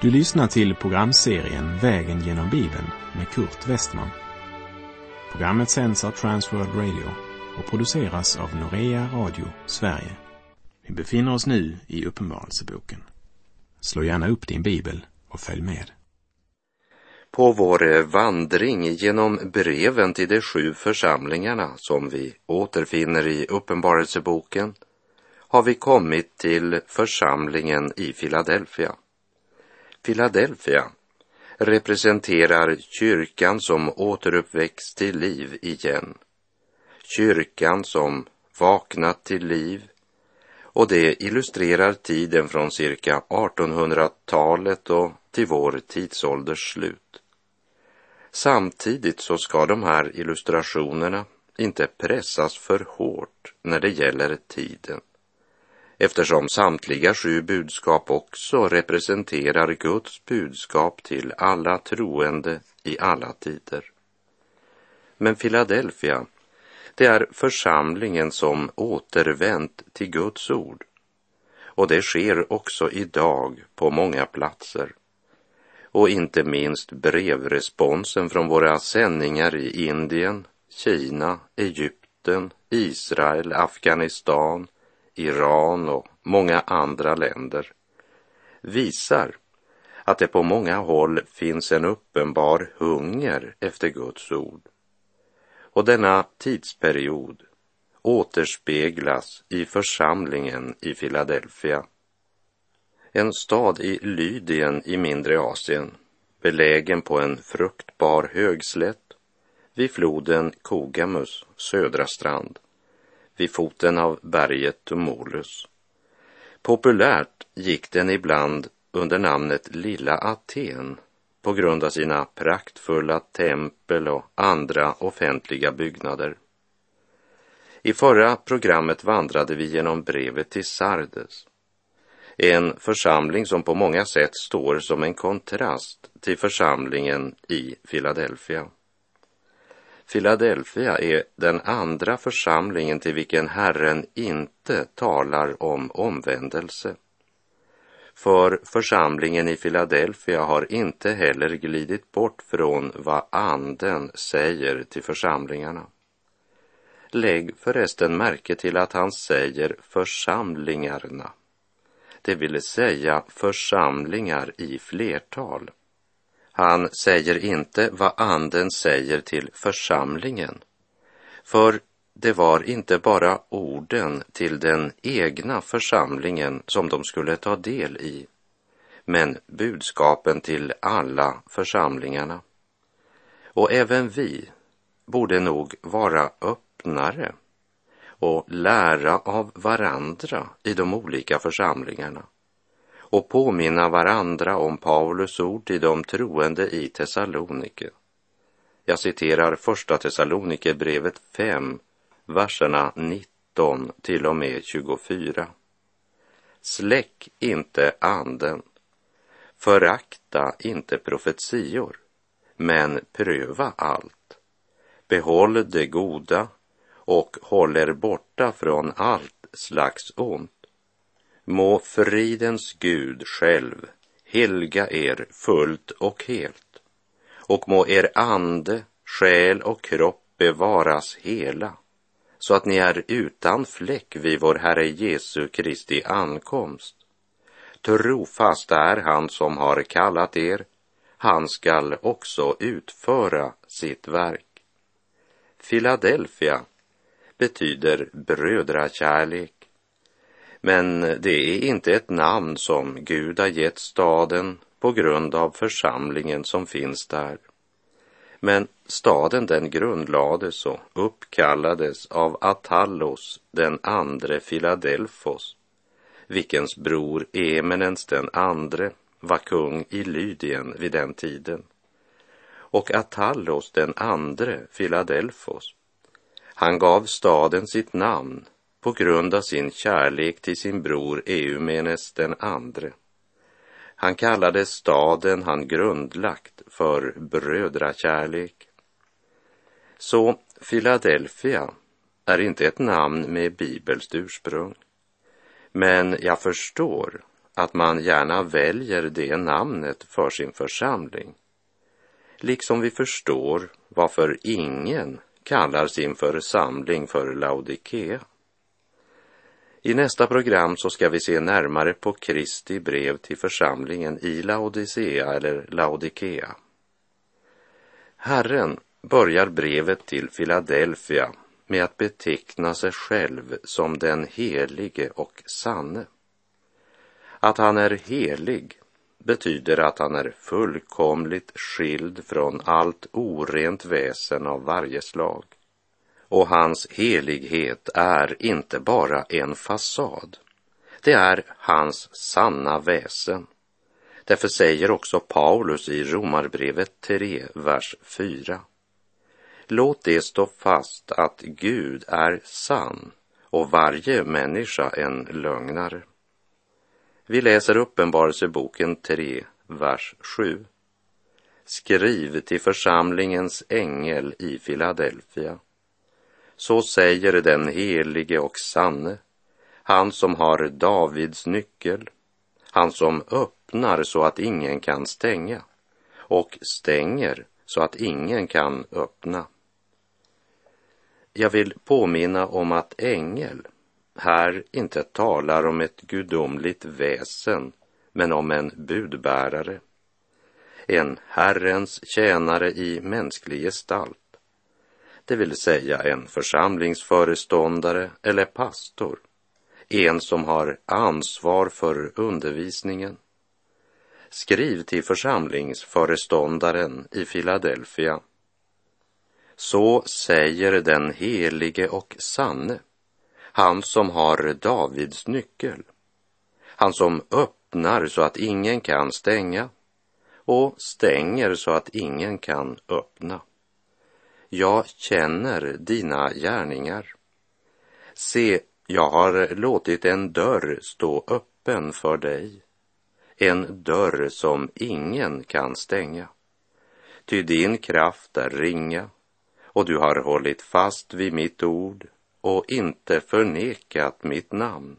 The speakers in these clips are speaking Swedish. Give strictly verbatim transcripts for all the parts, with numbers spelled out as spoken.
Du lyssnar till programserien Vägen genom Bibeln med Kurt Westman. Programmet sänds av Transworld Radio och produceras av Norea Radio Sverige. Vi befinner oss nu i Uppenbarelseboken. Slå gärna upp din bibel och följ med. På vår vandring genom breven till de sju församlingarna som vi återfinner i Uppenbarelseboken har vi kommit till församlingen i Philadelphia. Philadelphia representerar kyrkan som återuppväxt till liv igen. Kyrkan som vaknat till liv, och det illustrerar tiden från cirka artonhundratalet och till vår tidsålders slut. Samtidigt så ska de här illustrationerna inte pressas för hårt när det gäller tiden, eftersom samtliga sju budskap också representerar Guds budskap till alla troende i alla tider. Men Philadelphia, det är församlingen som återvänt till Guds ord, och det sker också idag på många platser. Och inte minst brevresponsen från våra sändningar i Indien, Kina, Egypten, Israel, Afghanistan, Iran och många andra länder visar att det på många håll finns en uppenbar hunger efter Guds ord. Och denna tidsperiod återspeglas i församlingen i Philadelphia. En stad i Lydien i mindre Asien, belägen på en fruktbar högslätt vid floden Kogamus södra strand, vid foten av berget Tumulus. Populärt gick den ibland under namnet Lilla Aten på grund av sina praktfulla tempel och andra offentliga byggnader. I förra programmet vandrade vi genom brevet till Sardes, en församling som på många sätt står som en kontrast till församlingen i Philadelphia. Philadelphia är den andra församlingen till vilken Herren inte talar om omvändelse. För församlingen i Philadelphia har inte heller glidit bort från vad anden säger till församlingarna. Lägg förresten märke till att han säger församlingarna. Det vill säga församlingar i flertal. Han säger inte vad anden säger till församlingen, för det var inte bara orden till den egna församlingen som de skulle ta del i, men budskapen till alla församlingarna. Och även vi borde nog vara öppnare och lära av varandra i de olika församlingarna och påminna varandra om Paulus ord till de troende i Thessalonike. Jag citerar första Thessalonikerbrevet fem, verserna nitton till och med tjugofyra. Släck inte anden, förakta inte profetior, men pröva allt. Behåll det goda och håll er borta från allt slags ont. Må fridens Gud själv helga er fullt och helt, och må er ande, själ och kropp bevaras hela, så att ni är utan fläck vid vår Herre Jesu Kristi ankomst. Trofast är han som har kallat er, han skall också utföra sitt verk. Philadelphia betyder brödrakärlek, men det är inte ett namn som Gud har gett staden på grund av församlingen som finns där. Men staden den grundlades och uppkallades av Atallos den andre Philadelphos, vilkens bror Eminens den andre var kung i Lydien vid den tiden. Och Atallos den andre Philadelphos, han gav staden sitt namn på grund av sin kärlek till sin bror Eumenes den andre. Han kallade staden han grundlagt för brödrakärlek. Så Philadelphia är inte ett namn med bibelskt ursprung. Men jag förstår att man gärna väljer det namnet för sin församling, liksom vi förstår varför ingen kallar sin församling för Laodikea. I nästa program så ska vi se närmare på Kristi brev till församlingen i Laodicea eller Laodikea. Herren börjar brevet till Filadelfia med att beteckna sig själv som den helige och sanne. Att han är helig betyder att han är fullkomligt skild från allt orent väsen av varje slag. Och hans helighet är inte bara en fasad. Det är hans sanna väsen. Därför säger också Paulus i Romarbrevet tre, vers fyra. Låt det stå fast att Gud är sann och varje människa en lögnare. Vi läser Uppenbarelseboken tre, vers sju. Skriv till församlingens ängel i Filadelfia. Så säger den helige och sanne, han som har Davids nyckel, han som öppnar så att ingen kan stänga och stänger så att ingen kan öppna. Jag vill påminna om att ängel här inte talar om ett gudomligt väsen, men om en budbärare, en Herrens tjänare i mänsklig gestalt. Det vill säga en församlingsföreståndare eller pastor, en som har ansvar för undervisningen. Skriv till församlingsföreståndaren i Filadelfia. Så säger den helige och sanne, han som har Davids nyckel, han som öppnar så att ingen kan stänga och stänger så att ingen kan öppna. Jag känner dina gärningar. Se, jag har låtit en dörr stå öppen för dig, en dörr som ingen kan stänga. Ty din kraft är ringa, och du har hållit fast vid mitt ord och inte förnekat mitt namn.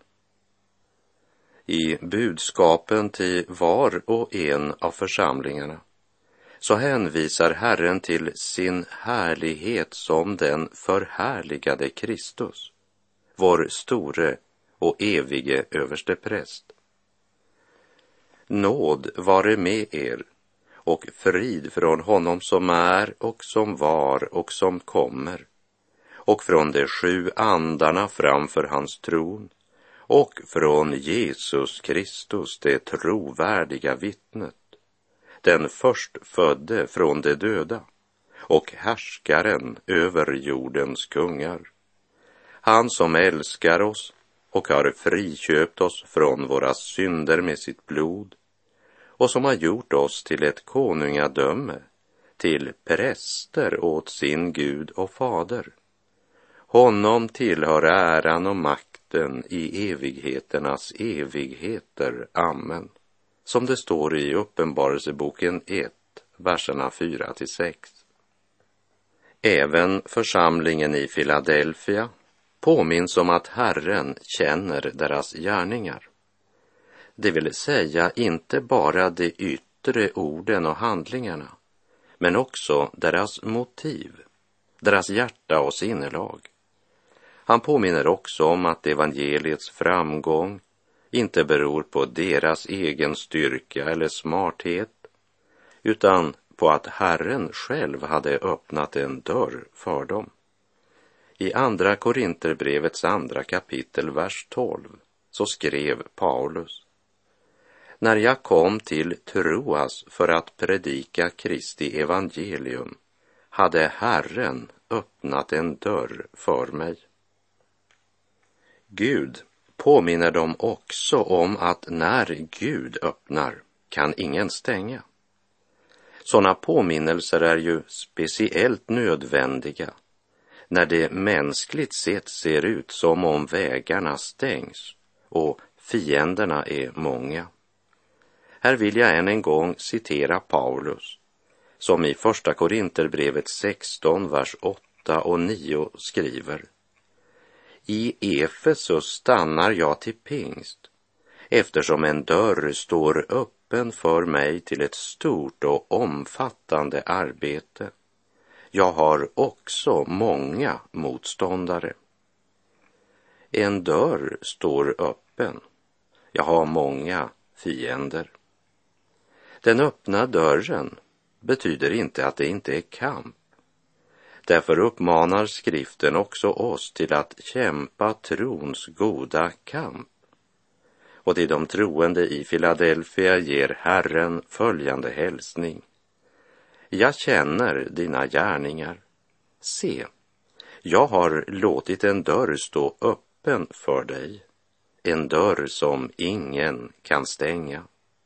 I budskapen till var och en av församlingarna så hänvisar Herren till sin härlighet som den förhärligade Kristus, vår store och evige överstepräst. Nåd vare med er och frid från honom som är och som var och som kommer, och från de sju andarna framför hans tron, och från Jesus Kristus, det trovärdiga vittnet, den förstfödde från de döda och härskaren över jordens kungar. Han som älskar oss och har friköpt oss från våra synder med sitt blod och som har gjort oss till ett konungadöme, till präster åt sin Gud och fader. Honom tillhör äran och makten i evigheternas evigheter. Amen. Som det står i Uppenbarelseboken ett, verserna fyra till sex. Även församlingen i Filadelfia påminns om att Herren känner deras gärningar. Det vill säga inte bara de yttre orden och handlingarna, men också deras motiv, deras hjärta och sinnelag. Han påminner också om att evangeliets framgång inte beror på deras egen styrka eller smarthet, utan på att Herren själv hade öppnat en dörr för dem. I andra Korinterbrevets andra kapitel, vers tolv, så skrev Paulus: När jag kom till Troas för att predika Kristi evangelium hade Herren öppnat en dörr för mig. Gud påminner dem också om att när Gud öppnar kan ingen stänga. Sådana påminnelser är ju speciellt nödvändiga när det mänskligt sett ser ut som om vägarna stängs och fienderna är många. Här vill jag än en gång citera Paulus, som i första Korinterbrevet sexton, vers åtta och nio skriver: I Efesus stannar jag till pingst, eftersom en dörr står öppen för mig till ett stort och omfattande arbete. Jag har också många motståndare. En dörr står öppen. Jag har många fiender. Den öppna dörren betyder inte att det inte är kamp. Därför uppmanar skriften också oss till att kämpa trons goda kamp. Och till de troende i Filadelfia ger Herren följande hälsning. Jag känner dina gärningar. Se, jag har låtit en dörr stå öppen för dig. En dörr som ingen kan stänga.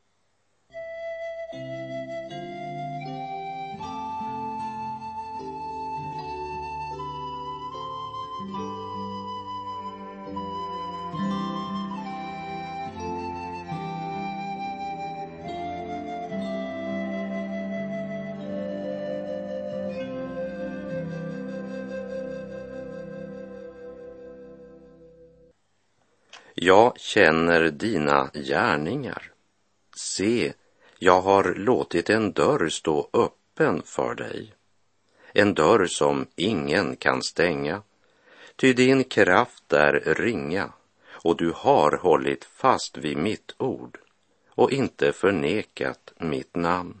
Jag känner dina gärningar. Se, jag har låtit en dörr stå öppen för dig. En dörr som ingen kan stänga. Ty din kraft är ringa, och du har hållit fast vid mitt ord och inte förnekat mitt namn.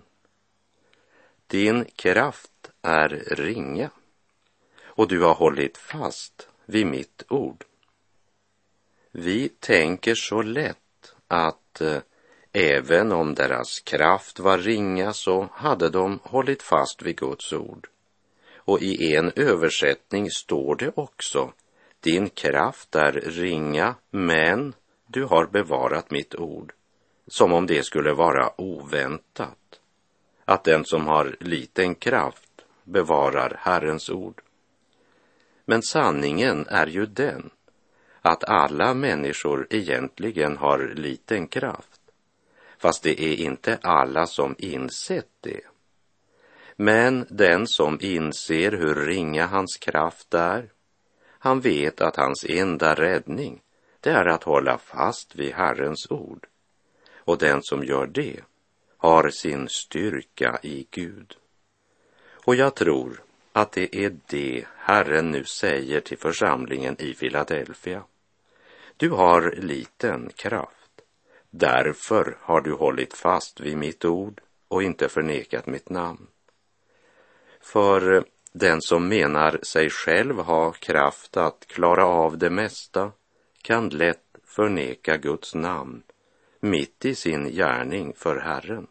Din kraft är ringa, och du har hållit fast vid mitt ord. Vi tänker så lätt att eh, även om deras kraft var ringa så hade de hållit fast vid Guds ord. Och i en översättning står det också, din kraft är ringa, men du har bevarat mitt ord. Som om det skulle vara oväntat, att den som har liten kraft bevarar Herrens ord. Men sanningen är ju den, att alla människor egentligen har liten kraft, fast det är inte alla som insett det. Men den som inser hur ringa hans kraft är, han vet att hans enda räddning, det är att hålla fast vid Herrens ord. Och den som gör det har sin styrka i Gud. Och jag tror att det är det Herren nu säger till församlingen i Filadelfia. Du har liten kraft, därför har du hållit fast vid mitt ord och inte förnekat mitt namn. För den som menar sig själv ha kraft att klara av det mesta kan lätt förneka Guds namn mitt i sin gärning för Herren.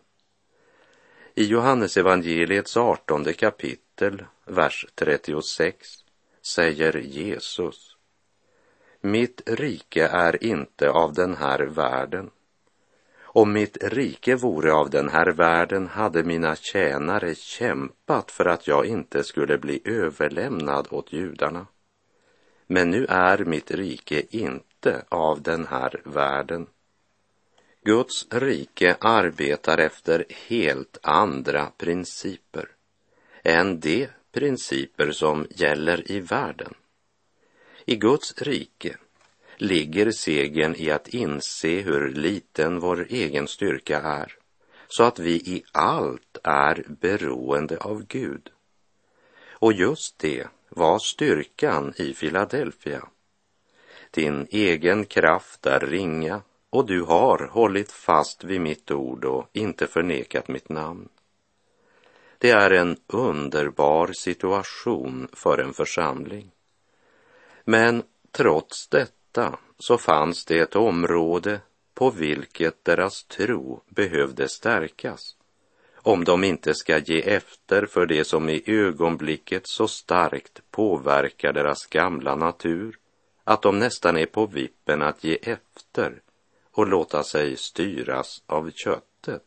I Johannes evangeliets artonde kapitel, vers trettiosex, säger Jesus: mitt rike är inte av den här världen. Om mitt rike vore av den här världen hade mina tjänare kämpat för att jag inte skulle bli överlämnad åt judarna. Men nu är mitt rike inte av den här världen. Guds rike arbetar efter helt andra principer än de principer som gäller i världen. I Guds rike ligger segern i att inse hur liten vår egen styrka är, så att vi i allt är beroende av Gud. Och just det var styrkan i Filadelfia. Din egen kraft är ringa, och du har hållit fast vid mitt ord och inte förnekat mitt namn. Det är en underbar situation för en församling. Men trots detta så fanns det ett område på vilket deras tro behövde stärkas, om de inte ska ge efter för det som i ögonblicket så starkt påverkar deras gamla natur, att de nästan är på vippen att ge efter och låta sig styras av köttet.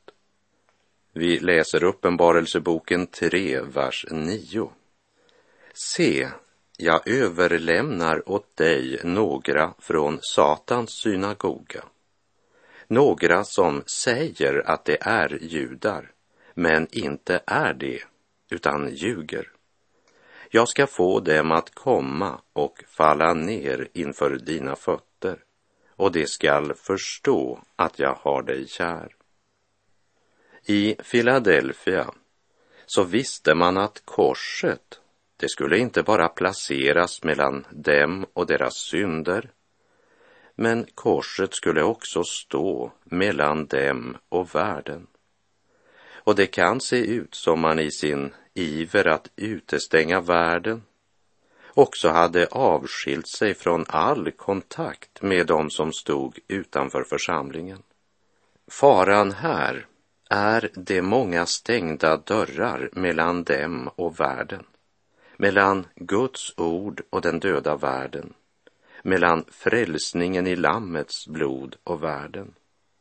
Vi läser Uppenbarelseboken tre, vers nio. Se, jag överlämnar åt dig några från Satans synagoga, några som säger att det är judar, men inte är det, utan ljuger. Jag ska få dem att komma och falla ner inför dina fötter och de skall förstå att jag har dig kär. I Filadelfia så visste man att korset, det skulle inte bara placeras mellan dem och deras synder, men korset skulle också stå mellan dem och världen. Och det kan se ut som man i sin iver att utestänga världen också hade avskilt sig från all kontakt med dem som stod utanför församlingen. Faran här är de många stängda dörrar mellan dem och världen, mellan Guds ord och den döda världen, mellan frälsningen i Lammets blod och världen.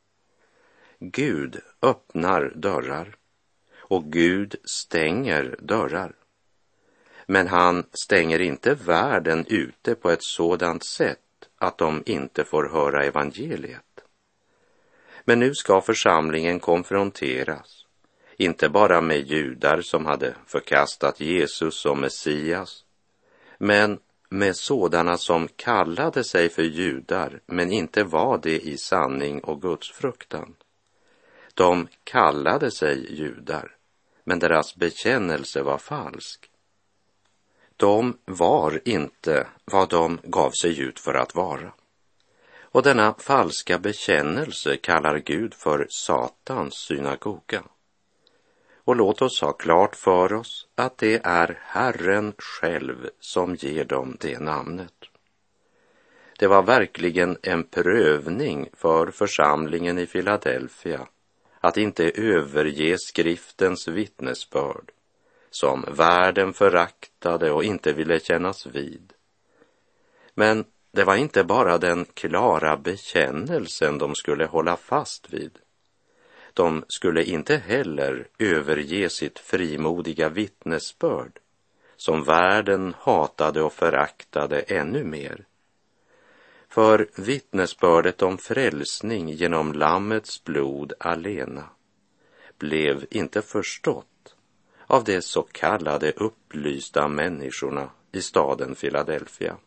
Gud öppnar dörrar och Gud stänger dörrar. Men han stänger inte världen ute på ett sådant sätt att de inte får höra evangeliet. Men nu ska församlingen konfronteras, inte bara med judar som hade förkastat Jesus som Messias, men med sådana som kallade sig för judar men inte var det i sanning och Guds fruktan. De kallade sig judar, men deras bekännelse var falsk. De var inte vad de gav sig ut för att vara. Och denna falska bekännelse kallar Gud för Satans synagoga. Och låt oss ha klart för oss att det är Herren själv som ger dem det namnet. Det var verkligen en prövning för församlingen i Filadelfia att inte överge skriftens vittnesbörd, som världen föraktade och inte ville kännas vid. Men det var inte bara den klara bekännelsen de skulle hålla fast vid. De skulle inte heller överge sitt frimodiga vittnesbörd, som världen hatade och föraktade ännu mer. För vittnesbördet om frälsning genom Lammets blod alena blev inte förstått av de så kallade upplysta människorna i staden Filadelfia.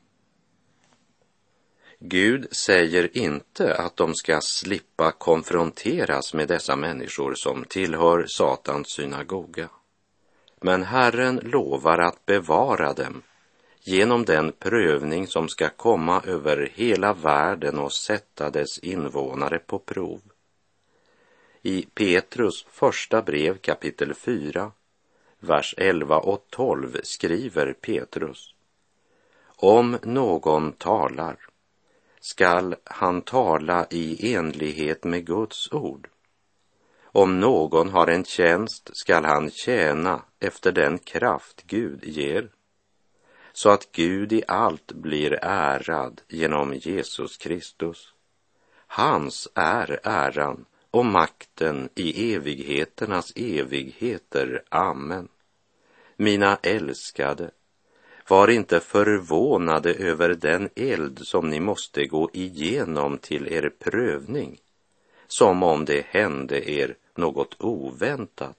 Gud säger inte att de ska slippa konfronteras med dessa människor som tillhör Satans synagoga. Men Herren lovar att bevara dem genom den prövning som ska komma över hela världen och sätta dess invånare på prov. I Petrus första brev kapitel fyra, vers elva och tolv skriver Petrus: Om någon talar, skall han tala i enlighet med Guds ord. Om någon har en tjänst skall han tjäna efter den kraft Gud ger, så att Gud i allt blir ärad genom Jesus Kristus. Hans är äran och makten i evigheternas evigheter. Amen. Mina älskade, var inte förvånade över den eld som ni måste gå igenom till er prövning, som om det hände er något oväntat.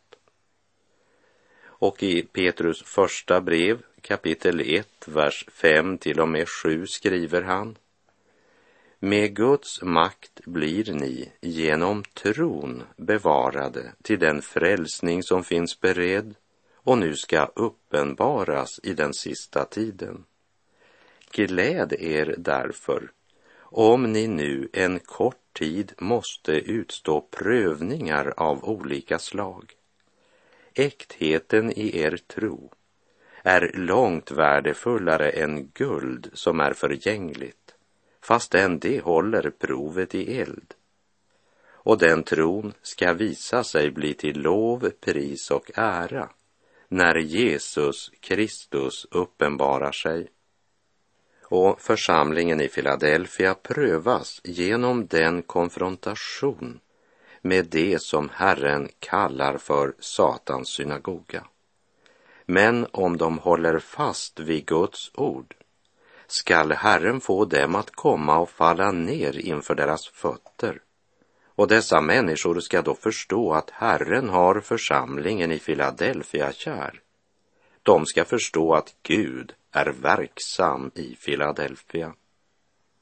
Och i Petrus första brev, kapitel ett, vers fem till och med sju skriver han: Med Guds makt blir ni genom tron bevarade till den frälsning som finns beredd och nu ska uppenbaras i den sista tiden. Gläd er därför, om ni nu en kort tid måste utstå prövningar av olika slag. Äktheten i er tro är långt värdefullare än guld som är förgängligt, fastän det håller provet i eld. Och den tron ska visa sig bli till lov, pris och ära när Jesus Kristus uppenbarar sig. Och församlingen i Filadelfia prövas genom den konfrontation med det som Herren kallar för Satans synagoga. Men om de håller fast vid Guds ord, skall Herren få dem att komma och falla ner inför deras fötter. Och dessa människor ska då förstå att Herren har församlingen i Filadelfia kär. De ska förstå att Gud är verksam i Filadelfia.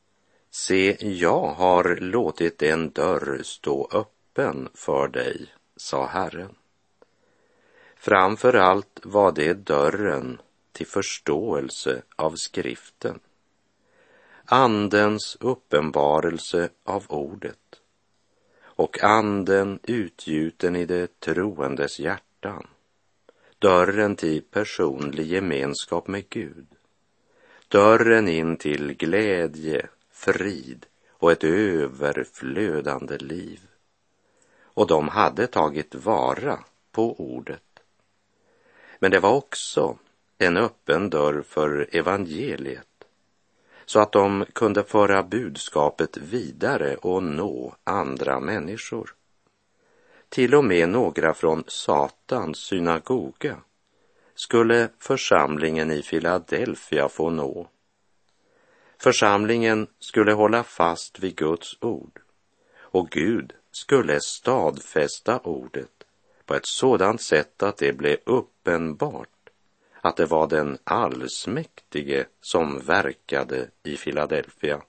Se, jag har låtit en dörr stå öppen för dig, sa Herren. Framför allt var det dörren till förståelse av skriften, andens uppenbarelse av ordet och anden utgjuten i det troendes hjärtan, dörren till personlig gemenskap med Gud, dörren in till glädje, frid och ett överflödande liv. Och de hade tagit vara på ordet. Men det var också en öppen dörr för evangeliet, så att de kunde föra budskapet vidare och nå andra människor. Till och med några från Satans synagoga skulle församlingen i Filadelfia få nå. Församlingen skulle hålla fast vid Guds ord, och Gud skulle stadfästa ordet på ett sådant sätt att det blev uppenbart att det var den allsmäktige som verkade i Filadelfia.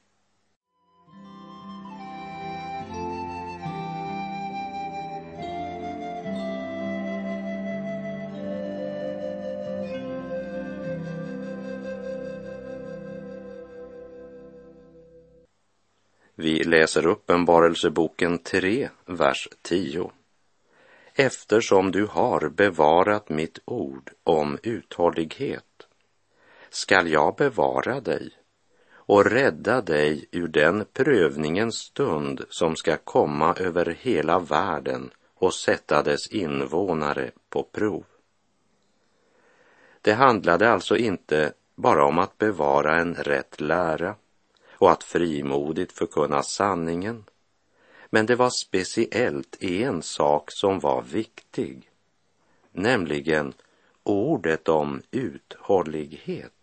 Vi läser Uppenbarelseboken tre, vers tio. Eftersom du har bevarat mitt ord om uthållighet, skall jag bevara dig och rädda dig ur den prövningens stund som ska komma över hela världen och sätta dess invånare på prov. Det handlade alltså inte bara om att bevara en rätt lära och att frimodigt förkunna sanningen, men det var speciellt en sak som var viktig, nämligen ordet om uthållighet.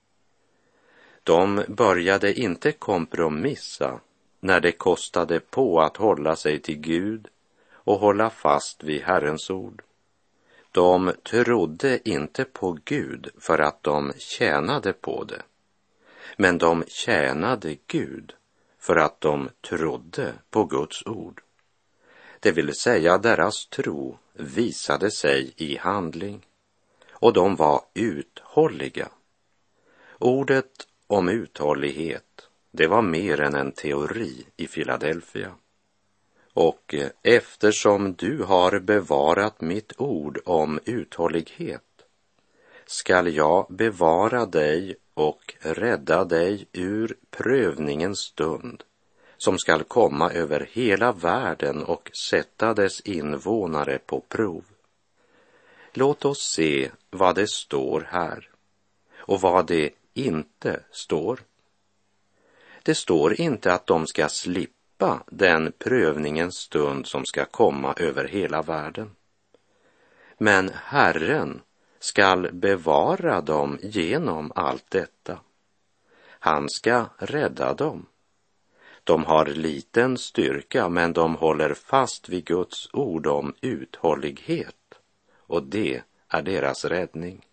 De började inte kompromissa när det kostade på att hålla sig till Gud och hålla fast vid Herrens ord. De trodde inte på Gud för att de tjänade på det, men de tjänade Gud för att de trodde på Guds ord. Det vill säga, deras tro visade sig i handling, och de var uthålliga. Ordet om uthållighet, det var mer än en teori i Filadelfia. Och eftersom du har bevarat mitt ord om uthållighet, skall jag bevara dig och rädda dig ur prövningens stund som skall komma över hela världen och sätta dess invånare på prov. Låt oss se vad det står här och vad det inte står. Det står inte att de ska slippa den prövningens stund som ska komma över hela världen. Men Herren skall bevara dem genom allt detta. Han ska rädda dem. De har liten styrka, men de håller fast vid Guds ord om uthållighet, och det är deras räddning.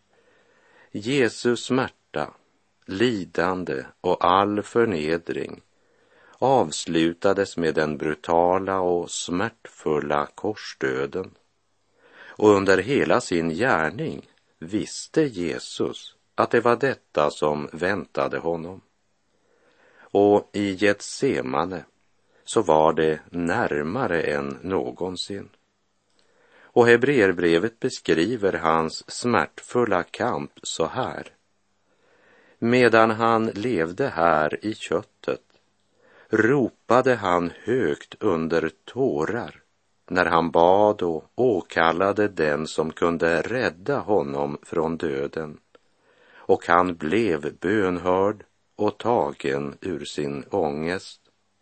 Jesus smärta, lidande och all förnedring avslutades med den brutala och smärtfulla korsdöden. Och under hela sin gärning visste Jesus att det var detta som väntade honom. Och i Getsemane så var det närmare än någonsin. Och Hebreerbrevet beskriver hans smärtfulla kamp så här. Medan han levde här i köttet ropade han högt under tårar när han bad och åkallade den som kunde rädda honom från döden, och han blev bönhörd och tagen ur sin ångest.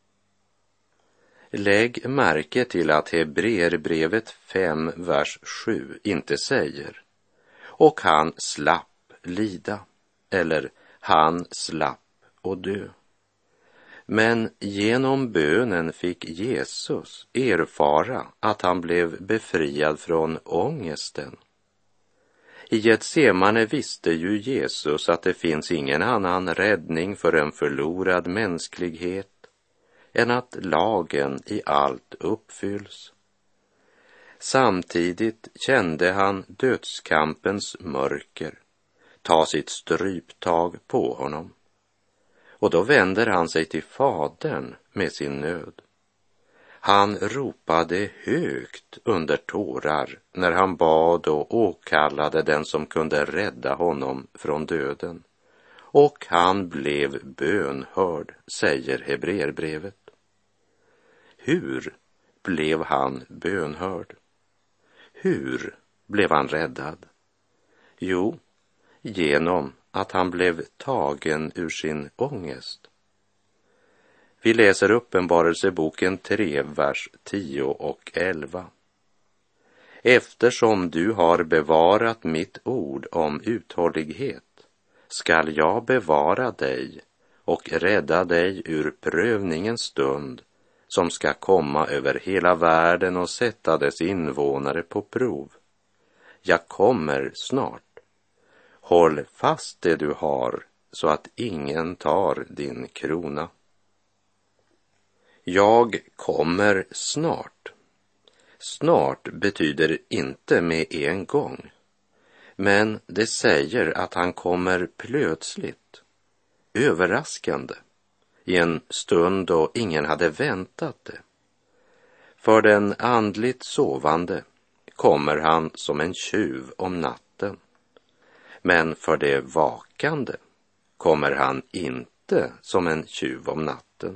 Lägg märke till att Hebreerbrevet fem, vers sju inte säger och han slapp lida eller han slapp och dö. Men genom bönen fick Jesus erfara att han blev befriad från ångesten. I Getsemane visste ju Jesus att det finns ingen annan räddning för en förlorad mänsklighet än att lagen i allt uppfylls. Samtidigt kände han dödskampens mörker ta sitt stryptag på honom. Och då vänder han sig till Fadern med sin nöd. Han ropade högt under tårar när han bad och åkallade den som kunde rädda honom från döden. Och han blev bönhörd, säger Hebreerbrevet. Hur blev han bönhörd? Hur blev han räddad? Jo, genom att han blev tagen ur sin ångest. Vi läser Uppenbarelseboken tre, vers tio och elva. Eftersom du har bevarat mitt ord om uthållighet skall jag bevara dig och rädda dig ur prövningens stund som ska komma över hela världen och sätta dess invånare på prov. Jag kommer snart. Håll fast det du har så att ingen tar din krona. Jag kommer snart. Snart betyder inte med en gång, men det säger att han kommer plötsligt, överraskande, i en stund då ingen hade väntat det. För den andligt sovande kommer han som en tjuv om natten, men för det vakande kommer han inte som en tjuv om natten.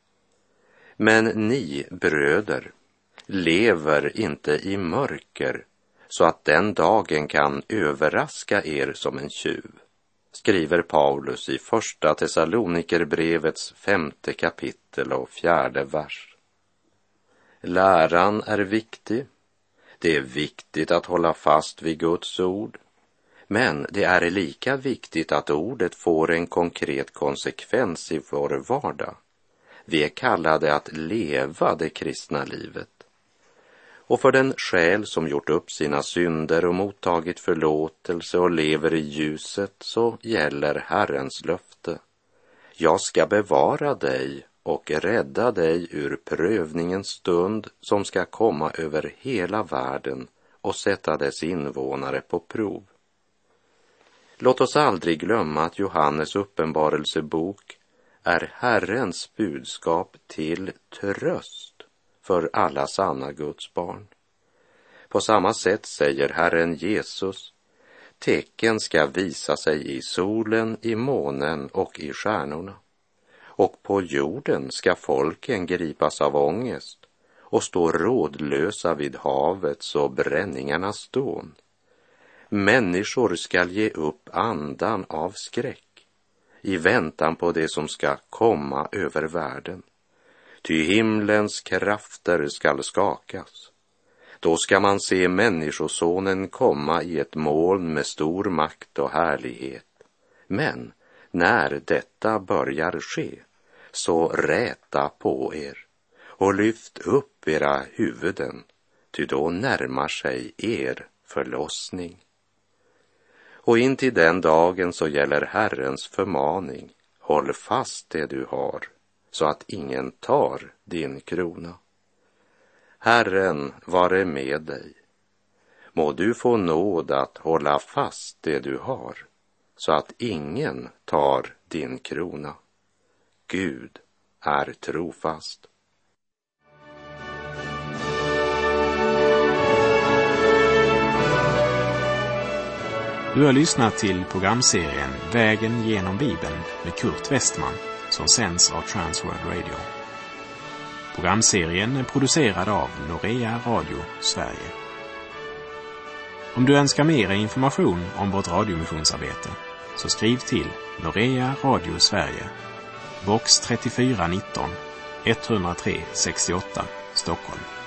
Men ni, bröder, lever inte i mörker så att den dagen kan överraska er som en tjuv, skriver Paulus i första Thessalonikerbrevets femte kapitel och fjärde vers. Läran är viktig. Det är viktigt att hålla fast vid Guds ord. Men det är lika viktigt att ordet får en konkret konsekvens i vår vardag. Vi är kallade att leva det kristna livet. Och för den själ som gjort upp sina synder och mottagit förlåtelse och lever i ljuset så gäller Herrens löfte. Jag ska bevara dig och rädda dig ur prövningens stund som ska komma över hela världen och sätta dess invånare på prov. Låt oss aldrig glömma att Johannes uppenbarelsebok är Herrens budskap till tröst för alla sanna Guds barn. På samma sätt säger Herren Jesus, tecken ska visa sig i solen, i månen och i stjärnorna. Och på jorden ska folken gripas av ångest och stå rådlösa vid havets och bränningarnas dån. Människor ska ge upp andan av skräck i väntan på det som ska komma över världen. Ty himlens krafter skall skakas. Då ska man se människosonen komma i ett moln med stor makt och härlighet. Men när detta börjar ske, så räta på er och lyft upp era huvuden, ty då närmar sig er förlossning. Och in till den dagen så gäller Herrens förmaning, håll fast det du har, så att ingen tar din krona. Herren vare med dig. Må du få nåd att hålla fast det du har, så att ingen tar din krona. Gud är trofast. Du har lyssnat till programserien Vägen genom Bibeln med Kurt Westman som sänds av Transworld Radio. Programserien är producerad av Norea Radio Sverige. Om du önskar mer information om vårt radiomissionsarbete så skriv till Norea Radio Sverige, box trettiofyra nitton, etthundratre sextioåtta, Stockholm.